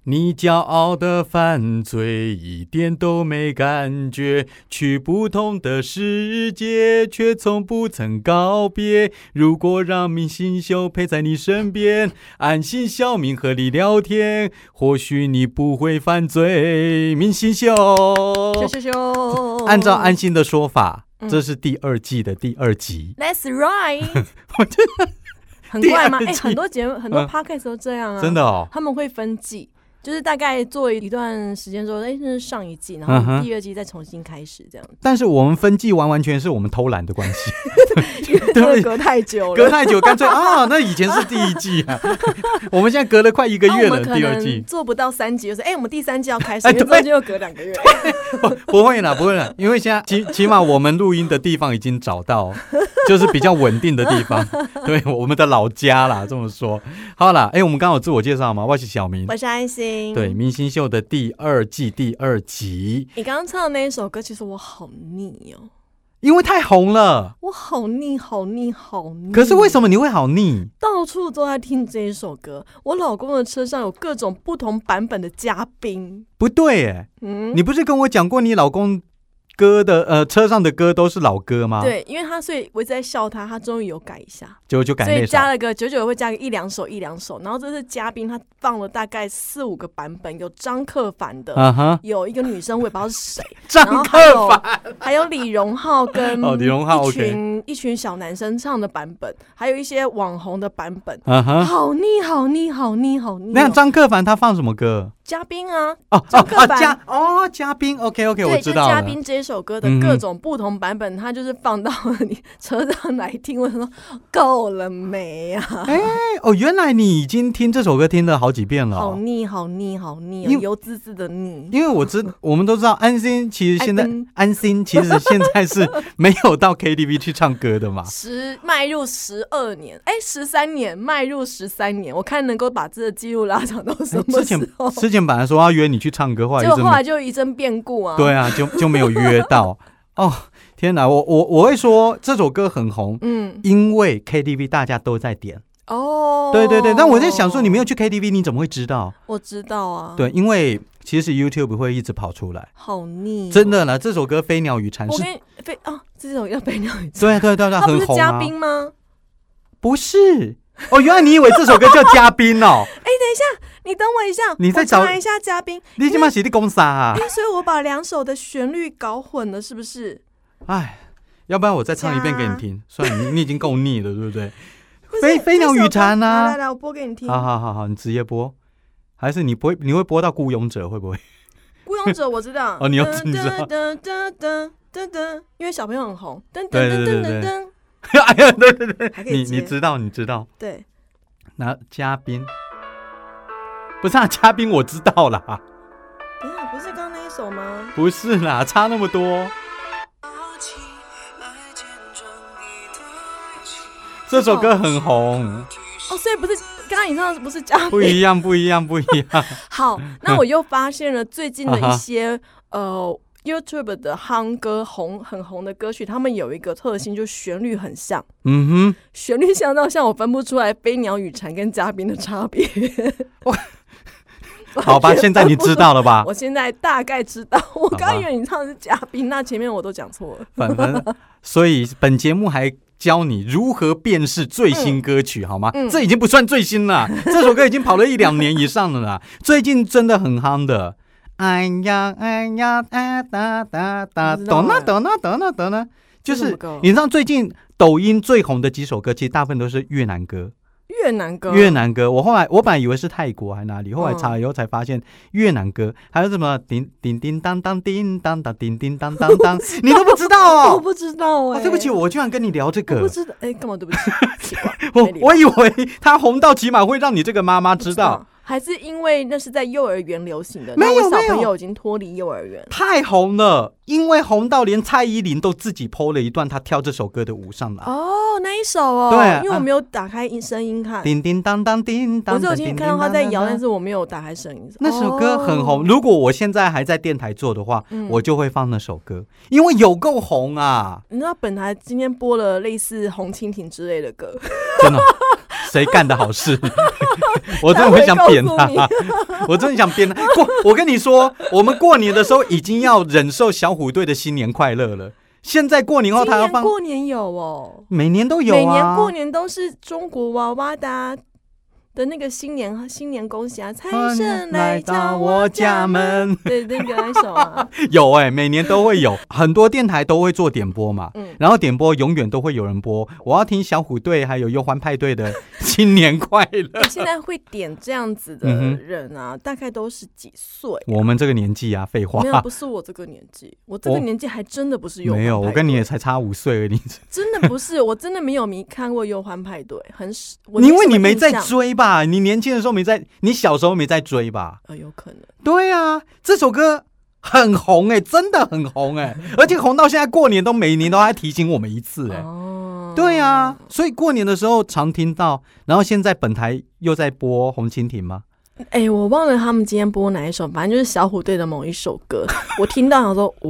你骄傲的犯罪一点都没感觉，去不同的世界却从不曾告别。如果让明星秀陪在你身边，安心小明和你聊天，或许你不会犯罪。明星秀，按照安心的说法，这是第2季的第2集。 That's right 很怪吗？很多节目很多 podcast 都这样啊， 真的哦， 他们会分季。就是大概做一段时间之后，那是上一季，然后第2季再重新开始这样。 但是我们分季完全是我们偷懒的关系， 对，隔太久了， 隔太久，干脆那以前是第1季啊，我们现在隔了快1个月了，第2季做不到3集，就说我们第3季要开始，因为中间又隔2个月。 不会啦，因为现在起码我们录音的地方已经找到，就是比较稳定的地方，对，我们的老家啦，这么说。好啦，我们刚好自我介绍嘛，我是小明， 我是安心。 对，明星秀的第2季第2集。 你刚刚唱的那一首歌，其实我好腻哦， 因为太红了， 我好腻。 可是为什么你会好腻？ 到处都在听这一首歌，我老公的车上有各种不同版本的嘉宾。 不对你不是跟我讲过你老公歌的车上的歌都是老歌吗？ 对，因为所以我一直在笑他终于有改一下， 就改那首， 所以加了个久会加个1-2首，然后这是嘉宾，他放了大概4-5个版本，有张克凡的，有一个女生我也不知道是谁， 张克凡， 还有李荣浩跟李荣浩一群小男生唱的版本，还有一些网红的版本，好腻。 那张克凡他放什么歌？ 嘉宾啊，张克凡嘉宾 OK 我知道了。 嘉宾这首歌的各种不同版本，他就是放到你车上来听。我说够了没啊？ 原来你已经听这首歌听了好几遍了， 好腻，油滋滋的腻。 因为我们都知道安心其实现在是没有到 KTV 去唱歌的嘛， 迈入12年，13年，迈入13年，我看能够把这个记录拉长到什么时候？ 之前本来说要约你去唱歌，后来就一阵变故啊。 对啊，就没有约到。天哪，我会说这首歌很红，因为 KTV 大家都在点。对，但我在想说，你没有去 KTV 你怎么会知道？ 我知道啊。 对，因为其实 YouTube 会一直跑出来。 好腻真的啦，这首歌《飞鸟与蝉》是这首叫《飞鸟与蝉》。 对， 他不是嘉宾吗？ 不是原来你以为这首歌叫嘉宾哦。 等一下，你等我一下， 你再找一下嘉宾。 你今晚是在讲啥啊？ 所以我把2首的旋律搞混了，是不是？ 要不然我再唱一遍给你听。算了，你已经够腻了，对不对？飞鸟与蝉啊！ 来，我播给你听。 好，你直接播，还是你会播到孤勇者？会不会？ 孤勇者我知道。 你知道？ 因为小朋友很红。 对。你知道？ 对。 那嘉宾不是嘉宾，我知道啦。 不是刚刚那一首吗？ 不是啦，差那么多。这首歌很红所以不是刚刚你唱的不是嘉宾， 不一样。 好，那我又发现了最近的一些YouTube 的夯歌很红的歌曲，他们有一个特性，就旋律很像。旋律像我分不出来飞鸟与蝉跟嘉宾的差别。 好吧，现在你知道了吧？ 我现在大概知道。我刚以为你唱的是嘉宾，那前面我都讲错了。 反正所以本节目还教你如何辨识最新歌曲，好吗？这已经不算最新了，这首歌已经跑了1-2年以上了啦。最近真的很夯的，哎呀哒哒哒，懂了，就是你知道最近抖音最红的几首歌，其实大部分都是越南歌。越南歌，我本来以为是泰国还哪里，后来查了以后才发现越南歌，还有什么叮叮叮当当叮当当叮叮当当当，你都不知道我不知道对不起，我居然跟你聊这个， 我不知道干嘛？对不起，奇怪， 我以为他红到起码会让你这个妈妈知道。 还是因为那是在幼儿园流行的？ 没有， 小朋友已经脱离幼儿园， 太红了，因为红到连蔡依林都自己 po 了一段她跳这首歌的舞上来。 那一首对， 因为我没有打开声音看。 叮叮当当叮当， 我只有听看到他在摇，但是我没有打开声音。 那首歌很红，如果我现在还在电台做的话，我就会放那首歌，因为有够红啊！ 你知道本台今天播了类似红蜻蜓之类的歌， 真的。 谁干的好事？我真的很想扁他，我真的想扁他。我跟你说，我们过年的时候已经要忍受小虎队的新年快乐了。现在过年后他要放， 今年过年有哦， 每年都有啊， 每年过年都是中国娃娃的那个新年恭喜啊，财神来到我家门，对，那个那首啊， 有每年都会有，很多电台都会做点播嘛，然后点播永远都会有人播，我要听小虎队还有忧欢派对的新年快乐。 现在会点这样子的人啊，大概都是几岁？ 我们这个年纪啊，废话， 没有，不是我这个年纪，我这个年纪还真的不是忧欢派对， 没有，我跟你也才差5岁而已， 真的不是，我真的没有看过忧欢派对， 因为你没在追吧？你年轻的时候没在，你小时候没在追吧？ 有可能。 对啊，这首歌很红真的很红而且红到现在过年都每年都还提醒我们一次对啊，所以过年的时候常听到，然后现在本台又在播红蜻蜓吗？ 我忘了他们今天播哪一首，反正就是小虎队的某一首歌，我听到想说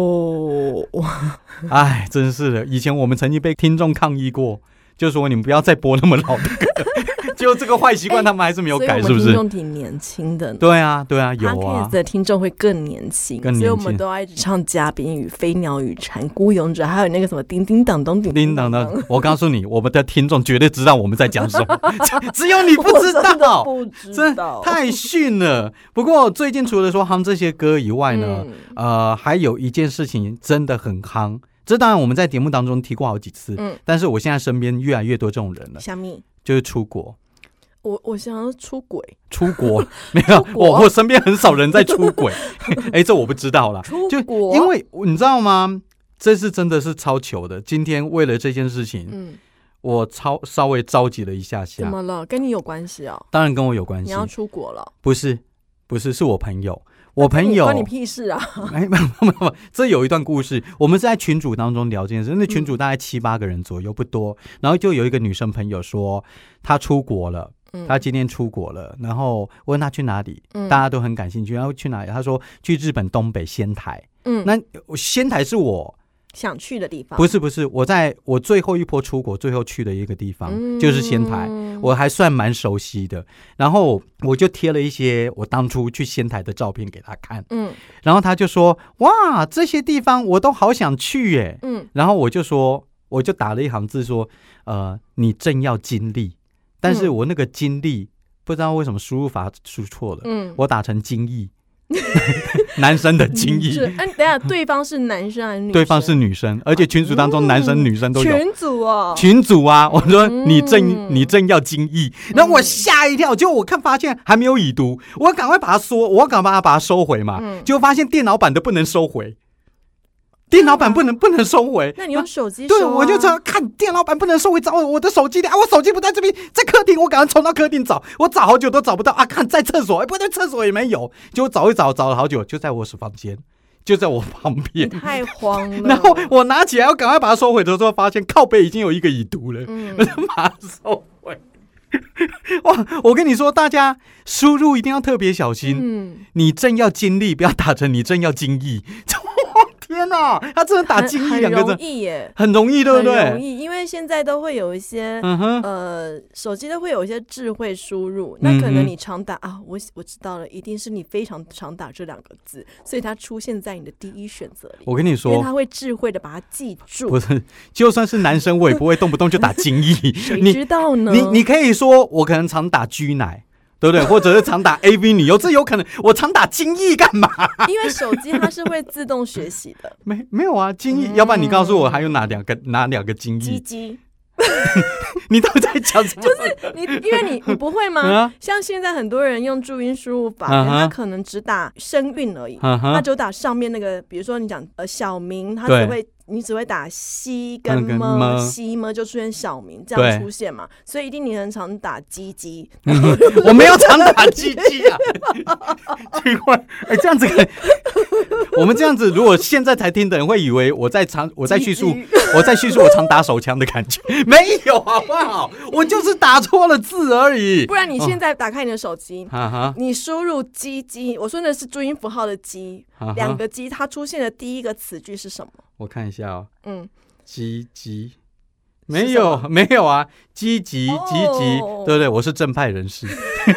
哎，真是的，以前我们曾经被听众抗议过，就说你们不要再播那么老的歌，结果这个坏习惯他们还是没有改，是不是？ 所以我们听众挺年轻的。 对啊，有啊。 Podcast 的听众会更年轻，所以我们都要一直唱嘉宾语、飞鸟与蝉、孤勇者，还有那个什么叮叮当当、叮叮当当。 我告诉你，我们的听众绝对知道我们在讲什么，只有你不知道， 不知道， 太逊了。不过最近除了说夯这些歌以外呢，还有一件事情真的很夯。这当然我们在节目当中提过好几次，但是我现在身边越来越多这种人了，就是出国。 我想要出国没有，我身边很少人在出轨。这我不知道啦。 出国， 因为你知道吗？这是真的是超糗的。今天为了这件事情，我稍微着急了一下。 怎么了？跟你有关系哦？ 当然跟我有关系。 你要出国了？ 不是，是我朋友。我朋友关你屁事啊！ 没，这有一段故事。我们是在群组当中聊这件事，那群组大概7-8个人左右，不多。然后就有一个女生朋友说，她出国了。他今天出国了，然后问他去哪里，大家都很感兴趣。然后去哪里？他说去日本东北仙台。那仙台是我想去的地方。 不是，我最后一波出国最后去的一个地方，就是仙台，我还算蛮熟悉的。然后我就贴了一些我当初去仙台的照片给他看。然后他就说：“哇，这些地方我都好想去耶。”然后我就打了一行字说：“你正要经历。”但是我那个经历不知道为什么输入法输错了，我打成精液，男生的精液。 等一下，对方是男生还是女生？ 对方是女生，而且群组当中男生女生都有。群组啊！我说你正要精液，然后我吓一跳，结果我发现还没有已读，我赶快把它收回嘛，结果发现电脑版的不能收回。电脑版不能收回， 那你用手机收对，我就这样看电脑版不能收回，找我的手机里我手机不在这边，在客厅，我赶快冲到客厅找，我找好久都找不到看在厕所，不对，厕所也没有，结果找了好久，就在我房间，就在我旁边， 太慌了。 然后我拿起来要赶快把它收回的时候，发现靠背已经有一个已读了，我就把它收回。哇！我跟你说，大家输入一定要特别小心，你正要经历，不要打成你正要经历。天哪，他真的打精液2个字， 很容易耶， 很容易，对不对？ 很容易，因为现在都会有一些，手机都会有一些智慧输入，那可能你常打我知道了，一定是你非常常打这2个字，所以它出现在你的第一选择里。 我跟你说， 因为它会智慧的把它记住。 不是，就算是男生，我也不会动不动就打精液。 谁知道呢？ 你可以说我可能常打G奶。对不对？或者是常打 AV 女优，这有可能。我常打精液干嘛？ 因为手机它是会自动学习的。 没有啊，精液。要不然你告诉我还有哪两个精液？ 鸡。 你都在讲什么？ 就是因为你不会吗？像现在很多人用注音输入法，他可能只打声韵而已，他只打上面那个，比如说你讲小明，你只会打西跟么，西么就出现小明这样出现嘛，所以一定你很常打鸡鸡。 我没有常打鸡鸡啊，奇怪，这样子我们这样子，如果现在才听的人会以为我在叙述我常打手枪的感觉，没有好不好？我就是打错了字而已。 不然你现在打开你的手机，你输入鸡鸡，我说的是注音符号的鸡，2个鸡，它出现的第一个词句是什么？ 我看一下鸡鸡， 没有啊，积极，对不对？我是正派人士。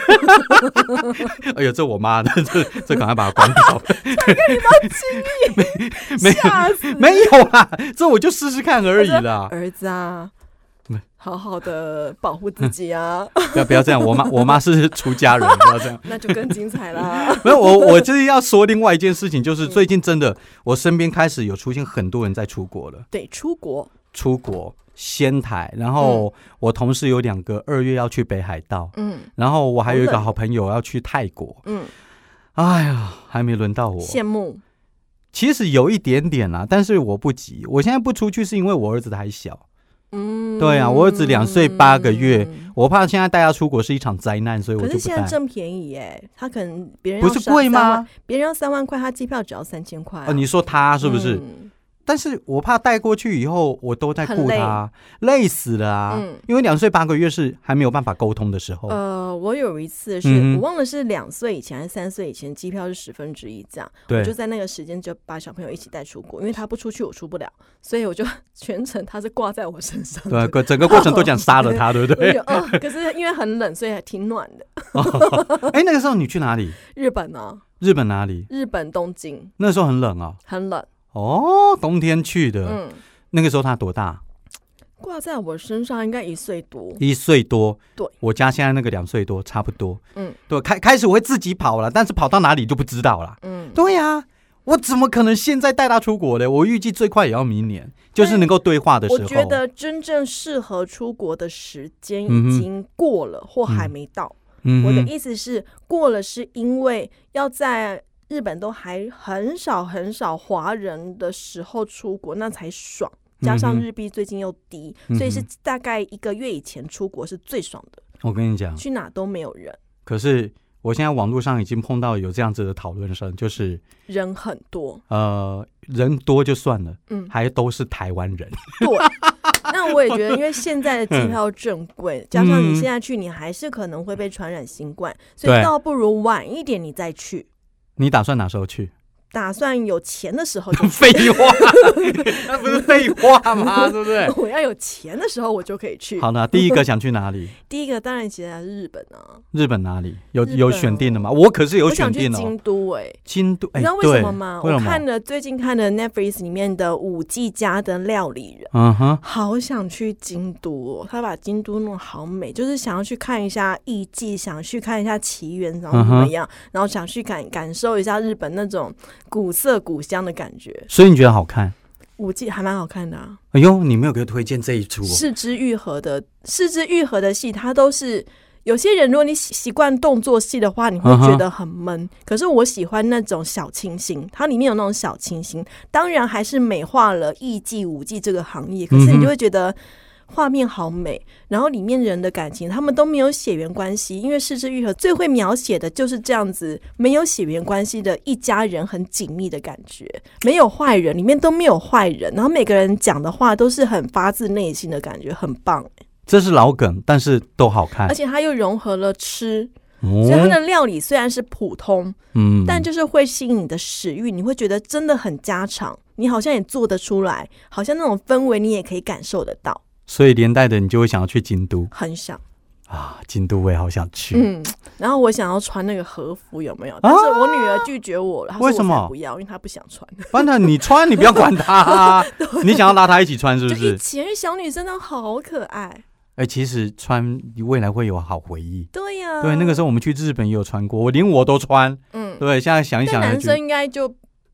哎呦，这我妈的，这赶快把它关掉。 这个你妈亲密，吓死！ 没有啦，这我就试试看而已啦。 儿子啊，好好的保护自己啊！ 不要这样，我妈是出家人，不要这样， 那就更精彩啦。 没有，我就是要说另外一件事情，就是最近真的，我身边开始有出现很多人在出国了。 对，出国。 仙台，然后我同事有2个2月要去北海道，然后我还有一个好朋友要去泰国，哎呀，还没轮到我， 羡慕。 其实有一点点啦，但是我不急，我现在不出去是因为我儿子还小，对啊，我儿子2岁8个月，我怕现在带他出国是一场灾难，所以我就不带。 可是现在真便宜耶，他可能别人不是贵吗？ 别人要3万块，他机票只要3000块。 你说他是不是？但是我怕带过去以后，我都在顾他，累死了啊！因为2岁8个月是还没有办法沟通的时候。 我有一次我忘了是2岁以前还是3岁以前，机票是1/10这样，我就在那个时间就把小朋友一起带出国，因为他不出去我出不了，所以我就全程他是挂在我身上的， 对，整个过程都想杀了他，对不对？ 可是因为很冷，所以还挺暖的。 那个时候你去哪里？ 日本啊。 日本哪里？ 日本东京。 那时候很冷啊。 很冷。 冬天去的。那个时候他多大？ 挂在我身上应该1岁多。 1岁多。 对， 我家现在那个2岁多差不多。对，开始我会自己跑了，但是跑到哪里就不知道了。对呀，我怎么可能现在带他出国呢？我预计最快也要明年，就是能够对话的时候。 我觉得真正适合出国的时间已经过了，或还没到。我的意思是，过了是因为要在日本都还很少华人的时候出国，那才爽。加上日币最近又低，所以是大概1个月以前出国是最爽的。 我跟你讲， 去哪都没有人。 可是我现在网络上已经碰到有这样子的讨论声，就是人很多。 人多就算了，还都是台湾人。 对。那我也觉得，因为现在的机票正贵，加上你现在去，你还是可能会被传染新冠，所以倒不如晚一点你再去。 你打算哪时候去？ 打算有钱的时候就去。 废话，那不是废话吗？对不对？ 我要有钱的时候我就可以去。 好，那第一个想去哪里？ 第一个当然其实还是日本啊。 日本哪里？有选定的吗？我可是有选定的。我想去京都。 京都， 你知道为什么吗？我最近看了 Netflix 里面的五 G 家的料理人，好想去京都哦。他把京都弄好美，就是想要去看一下艺伎，想去看一下奇缘，然后怎么样，然后想去感受一下日本那种古色古香的感觉。 所以你觉得好看 ？5季还蛮好看的啊。 哎呦，你没有给我推荐这一出四肢愈合的戏，它都是有些人如果你习惯动作戏的话，你会觉得很闷。可是我喜欢那种小清新，它里面有那种小清新，当然还是美化了艺伎5季这个行业，可是你就会觉得画面好美，然后里面人的感情他们都没有血缘关系，因为四肢愈合最会描写的就是这样子没有血缘关系的一家人很紧密的感觉，没有坏人，里面都没有坏人，然后每个人讲的话都是很发自内心的感觉，很棒。 这是老梗，但是都好看， 而且它又融合了吃，所以它的料理虽然是普通，但就是会吸引你的食欲，你会觉得真的很家常，你好像也做得出来，好像那种氛围你也可以感受得到， 所以连带的你就会想要去京都。 很想啊，京都我也好想去。 然后我想要穿那个和服，有没有？但是我女儿拒绝我了。 为什么？ 不要，因为她不想穿。 反正你穿，你不要管她。你想要拉她一起穿，是不是？ 就以前小女生都好可爱。 其实穿未来会有好回忆。 对呀， 对，那个时候我们去日本也有穿过，连我都穿。对，现在想一想， 男生应该就，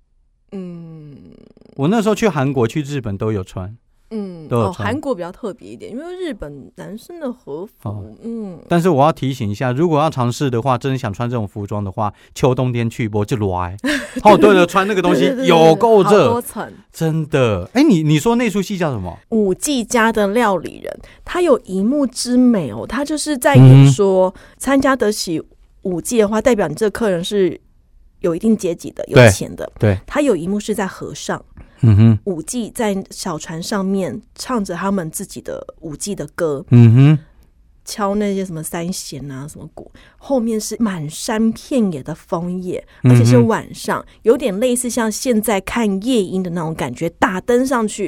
我那时候去韩国、去日本都有穿。 韩国比较特别一点，因为日本男生的和服， 但是我要提醒一下，如果要尝试的话，真的想穿这种服装的话，秋冬天去不就来？对了，穿那个东西有够热， 好多层， 真的。你说那出戏叫什么？ 五 G 家的料理人，他有一幕之美哦，他就是在演说，参加得起5 G 的话，代表你这个客人是有一定阶级的，有钱的。 对， 他有一幕是在河上。5 G 在小船上面唱着他们自己的5 G 的歌，敲那些什么三弦啊什么鼓，后面是满山遍野的枫叶，而且是晚上，有点类似像现在看夜莺的那种感觉，打灯上去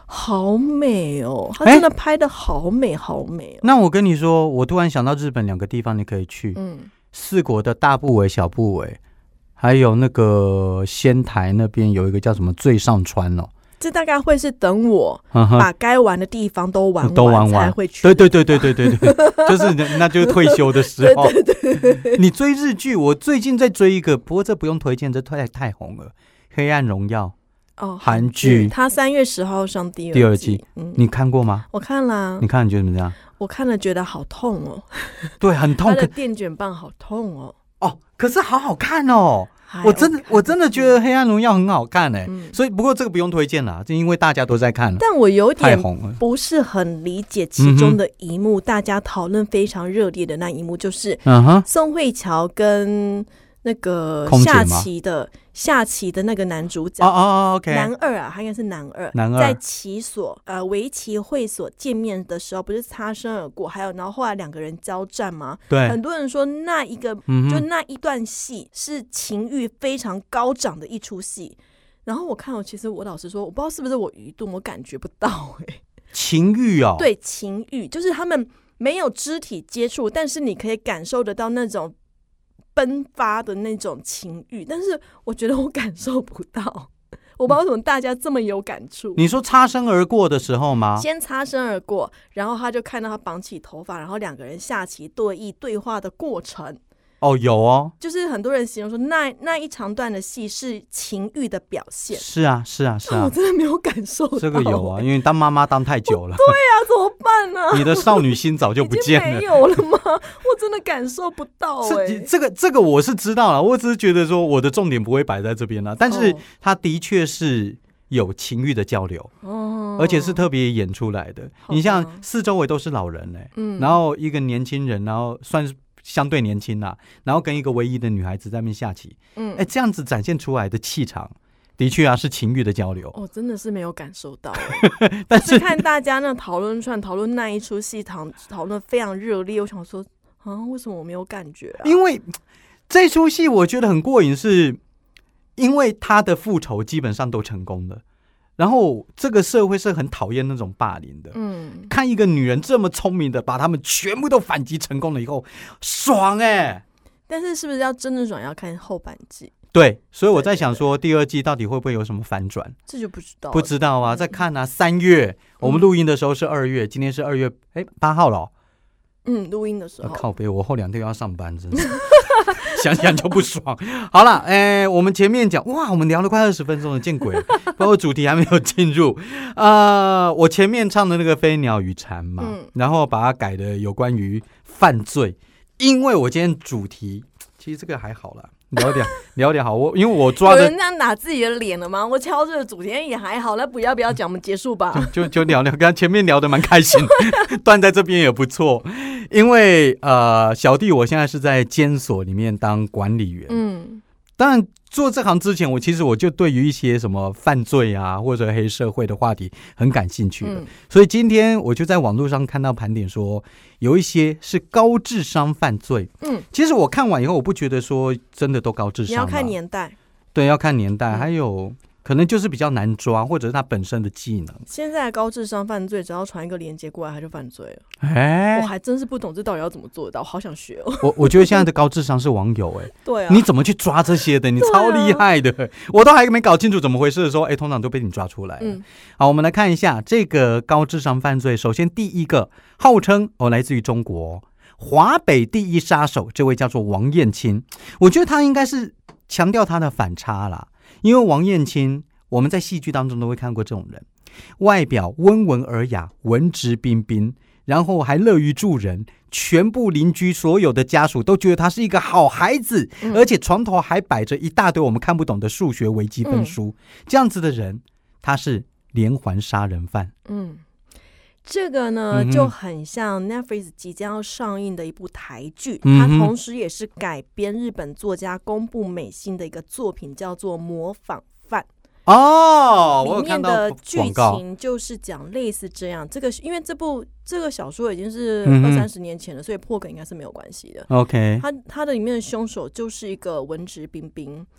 好美哦，他真的拍的好美好美哦。 那我跟你说，我突然想到日本2个地方你可以去，四国的大部尾、小部尾，还有那个仙台那边有一个叫什么最上川哦。 这大概会是等我把该玩的地方都玩完才会去。 对，就是那就是退休的时候。对，你追日剧，我最近在追一个，不过这不用推荐，这太红了，《黑暗荣耀》韩剧， 它3月10号上第二季。你看过吗？ 我看了。 你看你觉得怎么样？ 我看了觉得好痛哦。 对，很痛。 它的电卷棒好痛哦。 可是好好看哦。我真的觉得《黑暗荣耀》很好看所以不过这个不用推荐啦，就因为大家都在看了。 但我有点不是很理解其中的一幕，大家讨论非常热烈的那一幕，就是宋慧乔跟那个下棋的那个男主角 OK， 男二啊，他应该是男二，在棋所围棋会所见面的时候，不是擦身而过，然后后来2个人交战吗？ 对， 很多人说那一个就那一段戏是情欲非常高涨的一出戏。然后其实我老实说，我不知道是不是我愚钝，我感觉不到情欲哦， 对，情欲就是他们没有肢体接触，但是你可以感受得到那种奔发的那种情欲，但是我觉得我感受不到，我不知道为什么大家这么有感触。 你说擦身而过的时候吗？ 先擦身而过，然后他就看到他绑起头发，然后2个人下棋对弈对话的过程。 有哦， 就是很多人形容说那一长段的戏是情欲的表现。 是啊， 我真的没有感受到。 这个有啊，因为当妈妈当太久了。 对啊，怎么办呢？ 你的少女心早就不见了。 已经没有了吗？我真的感受不到这个我是知道了，我只是觉得说我的重点不会摆在这边了，但是它的确是有情欲的交流而且是特别演出来的。你像4周围都是老人然后一个年轻人，然后算是相对年轻啦，然后跟一个唯一的女孩子在那边下棋，这样子展现出来的气场，的确是情欲的交流。 真的是没有感受到但是看大家那讨论那一出戏，讨论非常热烈，我想说为什么我没有感觉因为这出戏我觉得很过瘾，是因为他的复仇基本上都成功了。然后这个社会是很讨厌那种霸凌的，看一个女人这么聪明的把他们全部都反击成功了以后，爽但是是不是要真的爽要看后半季？ 对，所以我在想说第2季到底会不会有什么反转？ 这就不知道啊，再看啊。3月我们录音的时候是2月，今天是2月8号了录音的时候靠北，我后2天要上班，真是想想就不爽。好了，我们前面讲我们聊了快20分钟了，见鬼了，包括主题还没有进入。我前面唱的那个飞鸟与蝉嘛，然后把它改的有关于犯罪，因为我今天主题其实这个还好啦，聊点好，因为我抓的有人这样打自己的脸了吗？我敲这个主题也还好，那不要讲，我们结束吧。 就聊，刚刚前面聊得蛮开心，断在这边也不错。因为小弟我现在是在监所里面当管理员，当然做这行之前，我就对于一些什么犯罪啊或者黑社会的话题很感兴趣的，所以今天我就在网络上看到盘点说有一些是高智商犯罪。其实我看完以后，我不觉得说真的都高智商， 你要看年代， 对，要看年代，还有可能就是比较难抓，或者是他本身的技能。 现在的高智商犯罪，只要传一个连结过来，他就犯罪了。我还真是不懂这到底要怎么做得到，我好想学我觉得现在的高智商是网友对啊， 你怎么去抓这些的？你超厉害的，我都还没搞清楚怎么回事的时候，通常都被你抓出来了。好，我们来看一下这个高智商犯罪。首先第一个，号称来自于中国华北第一杀手，这位叫做王燕青。我觉得他应该是强调他的反差啦。因为王燕青，我们在戏剧当中都会看过这种人，外表温文尔雅，文质彬彬，然后还乐于助人，全部邻居所有的家属都觉得他是一个好孩子，而且床头还摆着一大堆我们看不懂的数学微积分书，这样子的人，他是连环杀人犯。 这个呢就很像 Netflix 即将要上映的一部台剧，它同时也是改编日本作家宫部美幸的一个作品，叫做《模仿犯》。里面的剧情就是讲类似这样。这个因为这个小说已经是20-30年前了，所以破梗应该是没有关系的。 OK， 它的里面的凶手就是一个文质彬彬，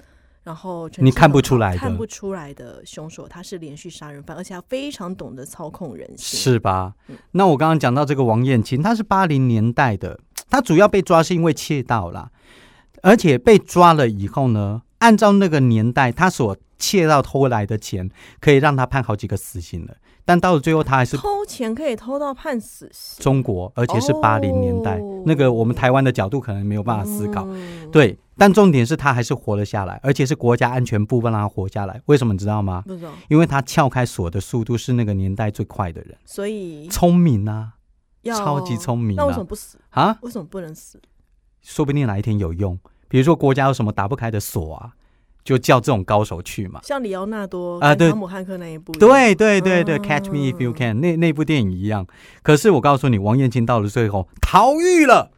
然后你看不出来的凶手，他是连续杀人犯，而且他非常懂得操控人心， 是吧？那我刚刚讲到这个王燕青，他是80年代的，他主要被抓是因为窃盗啦，而且被抓了以后呢，按照那个年代他所窃盗偷来的钱可以让他判好几个死刑了，但到了最后他还是偷钱可以偷到判死刑。 中国，而且是80年代，那个我们台湾的角度可能没有办法思考，对，但重点是他还是活了下来，而且是国家安全部让他活下来。为什么你知道吗？ 不知道， 因为他撬开锁的速度是那个年代最快的人， 所以聪明啊，超级聪明啊。 那为什么不死啊？为什么不能死？ 说不定哪一天有用，比如说国家有什么打不开的锁啊，就叫这种高手去嘛， 像里奥纳多跟汤姆汉克那一部， 对，Catch Me If You Can 那部电影一样。可是我告诉你，王燕青到了最后逃狱了，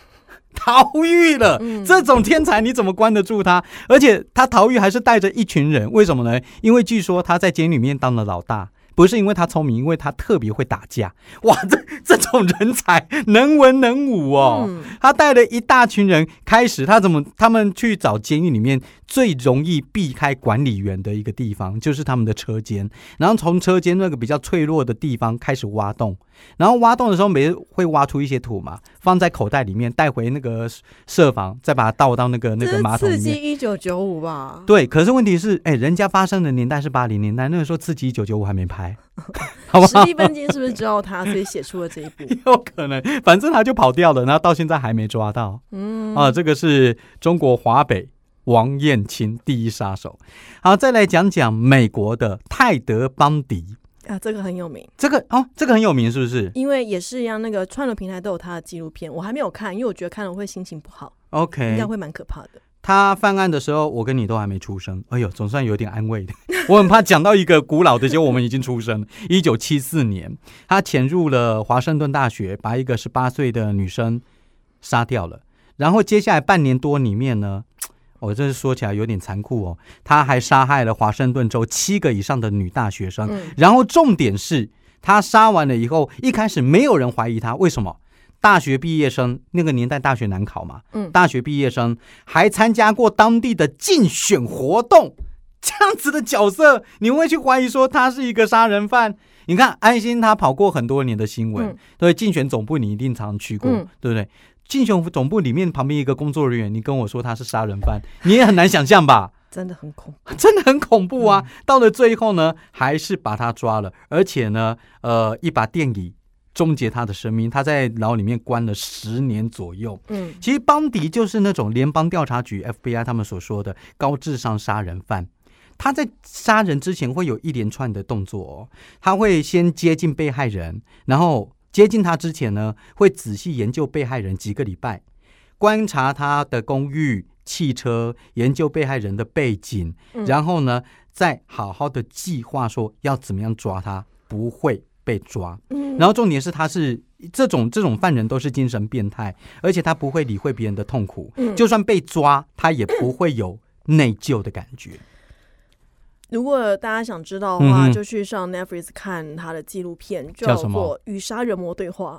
这种天才你怎么关得住他？而且他逃狱还是带着一群人，为什么呢？因为据说他在监狱里面当了老大，不是因为他聪明，因为他特别会打架。哇，这种人才能文能武哦。他带了一大群人开始，他们去找监狱里面最容易避开管理员的一个地方，就是他们的车间，然后从车间那个比较脆弱的地方开始挖洞，然后挖洞的时候会挖出一些土嘛，放在口袋里面带回那个舍房，再把它倒到那个马桶里面。 这是刺激1995吧？ 对，可是问题是人家发生的年代是80年代，那个时候刺激1995还没拍好不好？ 史蒂芬金是不是知道他所以写出了这一部？ 有可能，反正他就跑掉了，然后到现在还没抓到。这个是中国华北王燕青第一杀手。好，再来讲讲美国的泰德·邦迪啊，这个很有名。 这个很有名，是不是？ 因为也是一样，那个串流平台都有他的纪录片，我还没有看，因为我觉得看了会心情不好。 OK， 应该会蛮可怕的。 他犯案的时候，我跟你都还没出生。哎呦，总算有点安慰的。我很怕讲到一个古老的，结果我们已经出生了。1974年，他潜入了华盛顿大学，把一个18岁的女生杀掉了。然后接下来半年多里面呢，我这说起来有点残酷哦，他还杀害了华盛顿州7个以上的女大学生。然后重点是，他杀完了以后，一开始没有人怀疑他，为什么？大学毕业生，那个年代大学难考嘛，大学毕业生还参加过当地的竞选活动，这样子的角色，你会去怀疑说他是一个杀人犯？你看安心他跑过很多年的新闻，对，竞选总部你一定常去过，对不对？竞选总部里面旁边一个工作人员，你跟我说他是杀人犯，你也很难想象吧？ 真的很恐怖， 真的很恐怖啊！到了最后呢，还是把他抓了，而且呢，一把电椅终结他的生命，他在牢里面关了10年左右。其实邦迪就是那种联邦调查局 FBI 他们所说的高智商杀人犯。他在杀人之前会有一连串的动作哦，他会先接近被害人，然后接近他之前呢，会仔细研究被害人几个礼拜，观察他的公寓、汽车，研究被害人的背景，然后呢，再好好的计划说要怎么样抓他，不会被抓。然后重点是他是这种犯人都是精神变态，而且他不会理会别人的痛苦，就算被抓他也不会有内疚的感觉。 如果大家想知道的话，就去上 Netflix 看他的纪录片，叫做《与杀人魔对话》。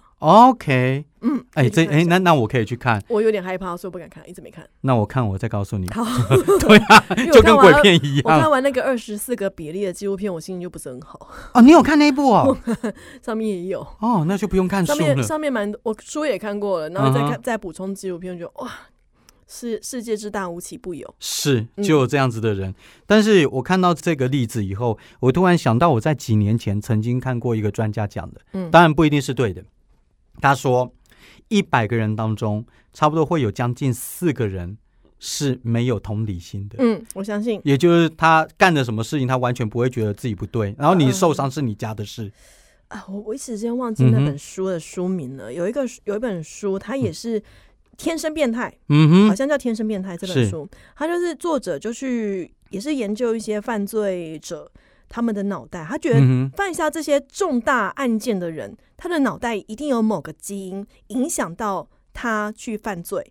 OK， 那我可以去看。 我有点害怕，所以我不敢看，一直没看。 那我看我再告诉你。对啊，就跟鬼片一样。 我看完那个24个比例的纪录片，我心情就不是很好。 哦，你有看那一部哦？ 上面也有。 哦，那就不用看书了。 上面我书也看过了，然后再补充纪录片，就哇。世界之大无奇不有， 是就有这样子的人。但是我看到这个例子以后，我突然想到我在几年前曾经看过一个专家讲的，当然不一定是对的。他说100个人当中差不多会有将近4个人是没有同理心的。 我相信， 也就是他干了什么事情他完全不会觉得自己不对，然后你受伤是你家的事。 我一时间忘记那本书的书名了。有一本书，它也是天生变态，好像叫《天生变态》这本书，他就是作者就去也是研究一些犯罪者他们的脑袋，他觉得犯下这些重大案件的人，他的脑袋一定有某个基因影响到他去犯罪。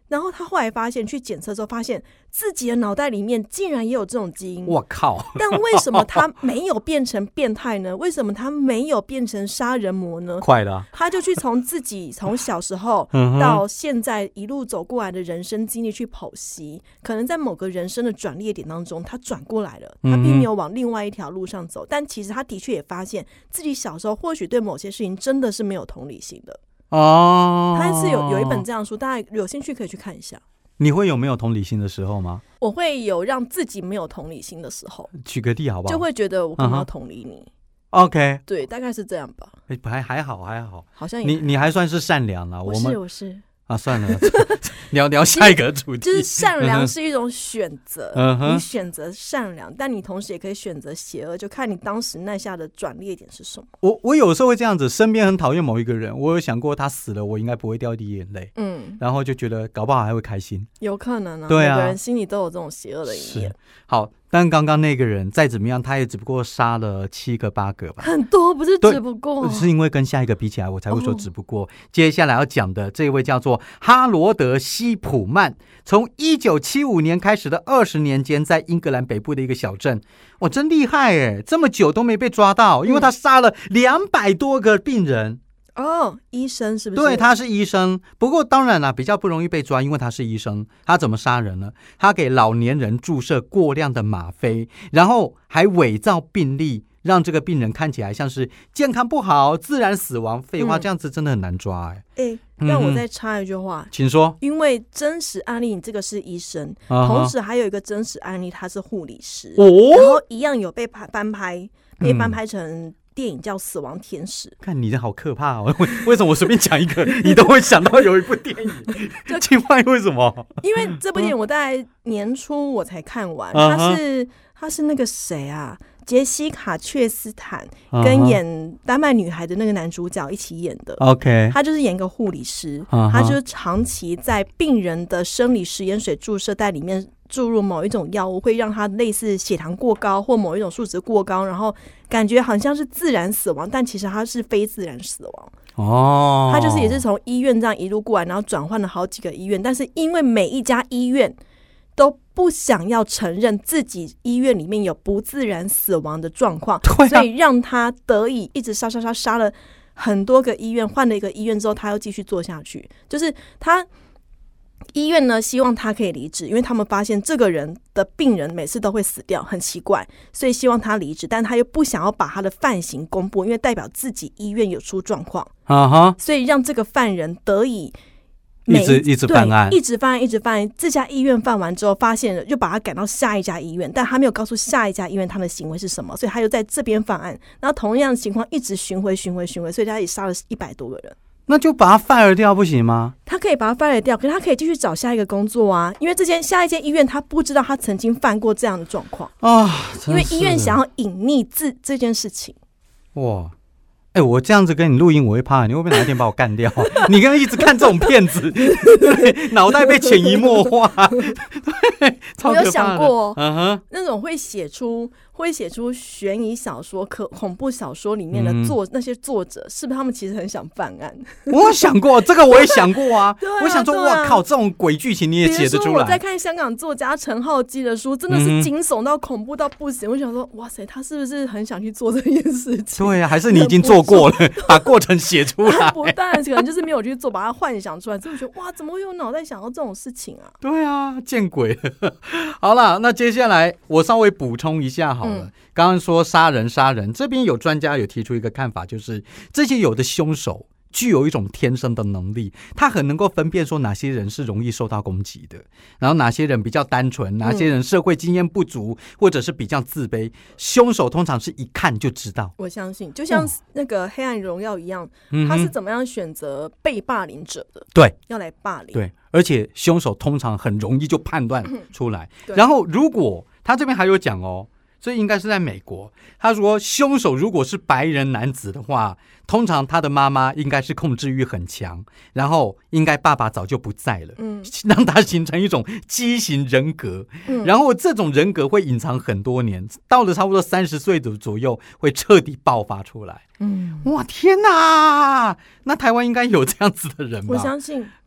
然后他后来发现，去检测之后发现自己的脑袋里面竟然也有这种基因。 我靠！ 但为什么他没有变成变态呢？为什么他没有变成杀人魔呢？ 快的、啊， 他就去从自己从小时候到现在一路走过来的人生经历去剖析，可能在某个人生的转捩点当中，他转过来了，他并没有往另外一条路上走，但其实他的确也发现自己小时候或许对某些事情真的是没有同理心的。他是有一本这样的书，大家有兴趣可以去看一下。 你会有没有同理心的时候吗？ 我会有让自己没有同理心的时候。 举个例好不好？ 就会觉得我干嘛要同理你 ？OK， 对，大概是这样吧。 还好， 好像你还算是善良啦。 我是啊， 算了，聊下一个主题。 就是善良是一种选择，你选择善良，但你同时也可以选择邪恶，就看你当时那下的转捩点是什么。 我有时候会这样子，身边很讨厌某一个人，我有想过他死了，我应该不会掉一滴眼泪，然后就觉得搞不好还会开心。 有可能啊， 对啊， 每个人心里都有这种邪恶的一面。 好，但刚刚那个人再怎么样，他也只不过杀了7个8个吧， 很多不是只不过， 是因为跟下一个比起来，我才会说只不过。接下来要讲的这位叫做哈罗德·希普曼，从1975年开始的20年间，在英格兰北部的一个小镇，哇，真厉害耶，这么久都没被抓到，因为他杀了200多个病人。 医生是不是？ 对，他是医生。不过当然啦，比较不容易被抓，因为他是医生。他怎么杀人呢？他给老年人注射过量的吗啡，然后还伪造病历，让这个病人看起来像是健康不好、自然死亡。废话，这样子真的很难抓让我再插一句话， 请说。因为真实案例，你这个是医生，同时还有一个真实案例，他是护理师，然后一样有被翻拍成电影叫《死亡天使》。 看你这好可怕哦！为什么我随便讲一个，你都会想到有一部电影？请问为什么？ 因为这部电影我大概年初我才看完，他是那个谁啊？杰西卡·确斯坦跟演丹麦女孩的那个男主角一起演的。 OK， 他就是演一个护理师，他就是长期在病人的生理食盐水注射袋里面注入某一种药物，会让他类似血糖过高或某一种数值过高，然后感觉好像是自然死亡，但其实他是非自然死亡。他就是也是从医院这样一路过来，然后转换了好几个医院，但是因为每一家医院都不想要承认自己医院里面有不自然死亡的状况，所以让他得以一直杀了很多个医院，换了一个医院之后，他又继续做下去。就是他医院呢希望他可以离职，因为他们发现这个人的病人每次都会死掉，很奇怪，所以希望他离职，但他又不想要把他的犯行公布，因为代表自己医院有出状况，所以让这个犯人得以一直犯案， 一直犯案。这家医院犯完之后，发现了，就把他赶到下一家医院，但他没有告诉下一家医院他的行为是什么，所以他又在这边犯案。然后同样的情况一直巡回，所以他也杀了100多个人。 那就把他 fire 掉不行吗？ 他可以把他 fire 掉，可是他可以继续找下一个工作啊，因为下一间医院他不知道他曾经犯过这样的状况因为医院想要隐匿这件事情。 哇！我这样子跟你录音，我会怕你会不会哪一天把我干掉？你刚刚一直看这种片子，脑袋被潜移默化。 我有想过，那种会写出悬疑小说、恐怖小说里面的那些作者，是不是他们其实很想犯案？ 我想过这个，我也想过啊。我想说，哇靠，这种鬼剧情你也写得出来？比如说我在看香港作家陈浩基的书，真的是惊悚到恐怖到不行。我想说，哇塞，他是不是很想去做这件事情？ 对啊，还是你已经做过了，把过程写出来？ 不但可能就是没有去做，把它幻想出来，所以我觉得哇，怎么会有脑袋想到这种事情啊？ 对啊，见鬼了！好啦，那接下来我稍微补充一下好了。刚刚说杀人，这边有专家有提出一个看法，就是这些有的凶手具有一种天生的能力，他很能够分辨说哪些人是容易受到攻击的，然后哪些人比较单纯，哪些人社会经验不足，或者是比较自卑。凶手通常是一看就知道。 我相信就像那个黑暗荣耀一样，他是怎么样选择被霸凌者的， 对， 要来霸凌， 对，而且凶手通常很容易就判断出来。然后如果他这边还有讲这应该是在美国，他说凶手如果是白人男子的话，通常他的妈妈应该是控制欲很强，然后应该爸爸早就不在了，让他形成一种畸形人格，然后这种人格会隐藏很多年，到了差不多30岁左右会彻底爆发出来。哇天哪，那台湾应该有这样子的人吧？ 我相信。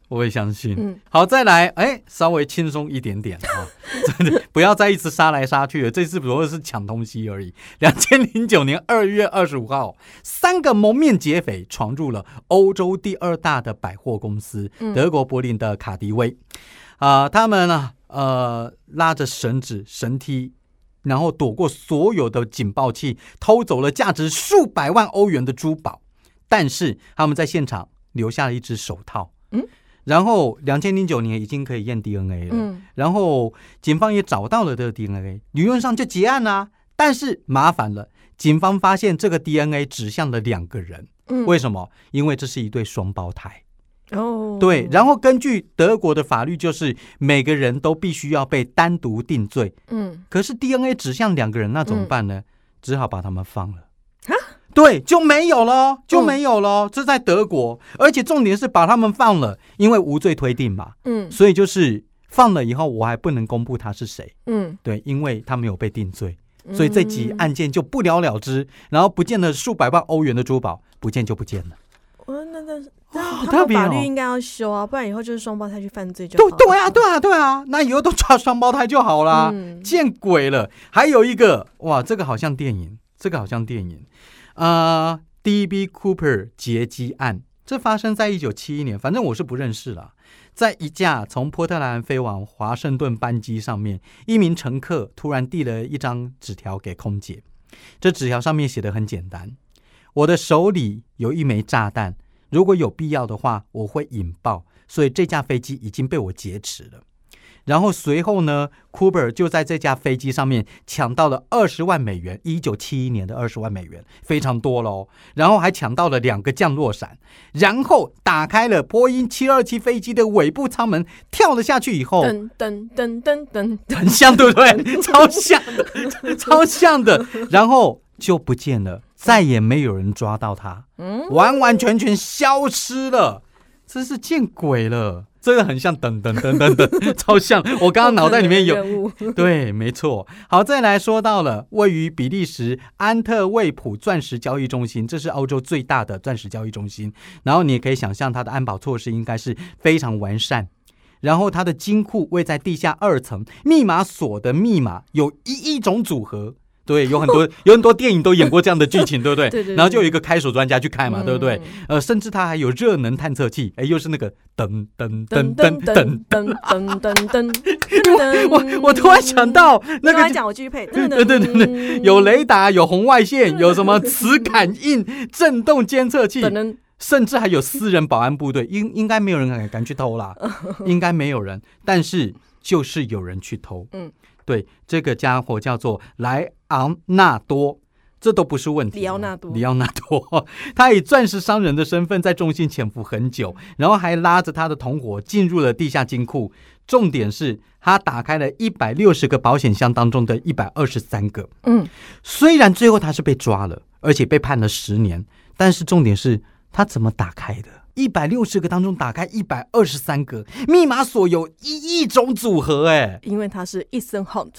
我会相信。好，再来，稍微轻松一点点啊，真的不要再一直杀来杀去了。这次不过是抢东西而已。2009年2月25号，3个蒙面劫匪闯入了欧洲第2大的百货公司，德国柏林的卡迪威。他们呢，拉着绳子、绳梯，然后躲过所有的警报器，偷走了价值数百万欧元的珠宝。但是他们在现场留下了一只手套。然后2009年已经可以验 DNA 了，然后警方也找到了这个 DNA， 理论上就结案啦。但是麻烦了，警方发现这个 DNA 指向了2个人。为什么？因为这是一对双胞胎。对，然后根据德国的法律，就是每个人都必须要被单独定罪。可是 DNA 指向2个人，那怎么办呢？只好把他们放了。对，就没有了，这在德国，而且重点是把他们放了，因为无罪推定嘛。所以就是放了以后，我还不能公布他是谁。对，因为他没有被定罪，所以这起案件就不了了之，然后不见了数百万欧元的珠宝，不见就不见了。 他们法律应该要修啊，不然以后就是双胞胎去犯罪就好了。 对啊，那以后都抓双胞胎就好啦。见鬼了！还有一个，哇，这个好像电影。D.B. Cooper 劫机案，这发生在1971年，反正我是不认识了。在一架从波特兰飞往华盛顿班机上面，一名乘客突然递了一张纸条给空姐。这纸条上面写得很简单：我的手里有一枚炸弹，如果有必要的话，我会引爆，所以这架飞机已经被我劫持了。然后随后呢 Cooper 就在这架飞机上面抢到了20万美元，1971年的20万美元，非常多咯。然后还抢到了2个降落伞，然后打开了波音727飞机的尾部舱门，跳了下去以后， 噔噔噔噔噔， 很像对不对？超像的，然后就不见了，再也没有人抓到他，完完全全消失了，真是见鬼了。这个很像噔噔噔噔噔，超像。我刚刚脑袋里面有，对，没错。好，再来说到了位于比利时安特卫普钻石交易中心，这是欧洲最大的钻石交易中心。然后你也可以想象它的安保措施应该是非常完善。然后它的金库位在地下2层，密码锁的密码有1亿种组合。对，有很多电影都演过这样的剧情，对不对？ 对。 然后就有一个开锁专家去开嘛，对不对？甚至他还有热能探测器，又是那个噔噔噔噔噔噔噔噔。我突然想到那个， 讲我继续配。 对，有雷达，有红外线，有什么磁感应、震动监测器，甚至还有私人保安部队。应该没有人敢去偷啦，应该没有人，但是就是有人去偷。对，这个家伙叫做莱昂纳多，这都不是问题。里奥纳多，他以钻石商人的身份在中心潜伏很久，然后还拉着他的同伙进入了地下金库。重点是他打开了160个保险箱当中的123个。虽然最后他是被抓了，而且被判了10年，但是重点是他怎么打开的？160个当中打开123个，密码锁有1亿种组合。 因为他是Ethan Hunt。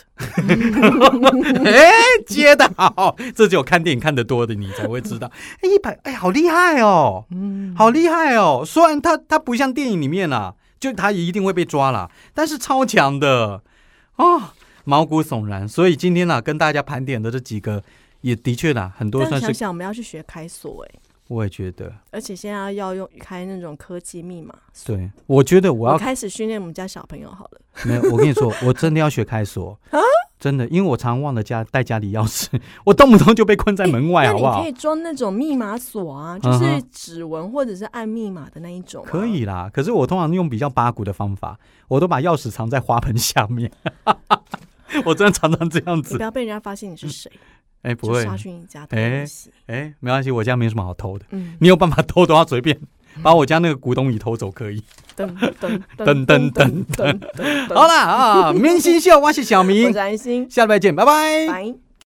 接得好，这只有看电影看得多的你才会知道。好厉害哦，好厉害哦。虽然他不像电影里面啦，就他也一定会被抓啦，但是超强的毛骨悚然。所以今天跟大家盘点的这几个也的确啦，很多算是。 想想我们要去学开锁。 我也觉得， 而且现在要用开那种科技密码。 对，我觉得我开始训练我们家小朋友好了。 没有，我跟你说，我真的要学开锁真的，因为我常忘了带家里钥匙，我动不动就被困在门外，好不好？ 那你可以装那种密码锁啊，就是指纹或者是按密码的那一种。 可以啦，可是我通常用比较八股的方法，我都把钥匙藏在花盆下面。我真的常常这样子。 你不要被人家发现你是谁。 不会查询你家偷东西。 没关系，我家没什么好偷的。你有办法偷的话，随便把我家那个古董椅偷走可以。噔噔噔噔噔噔。好啦明星秀，我是小明， 我是安心， 下礼拜见，拜拜。 拜。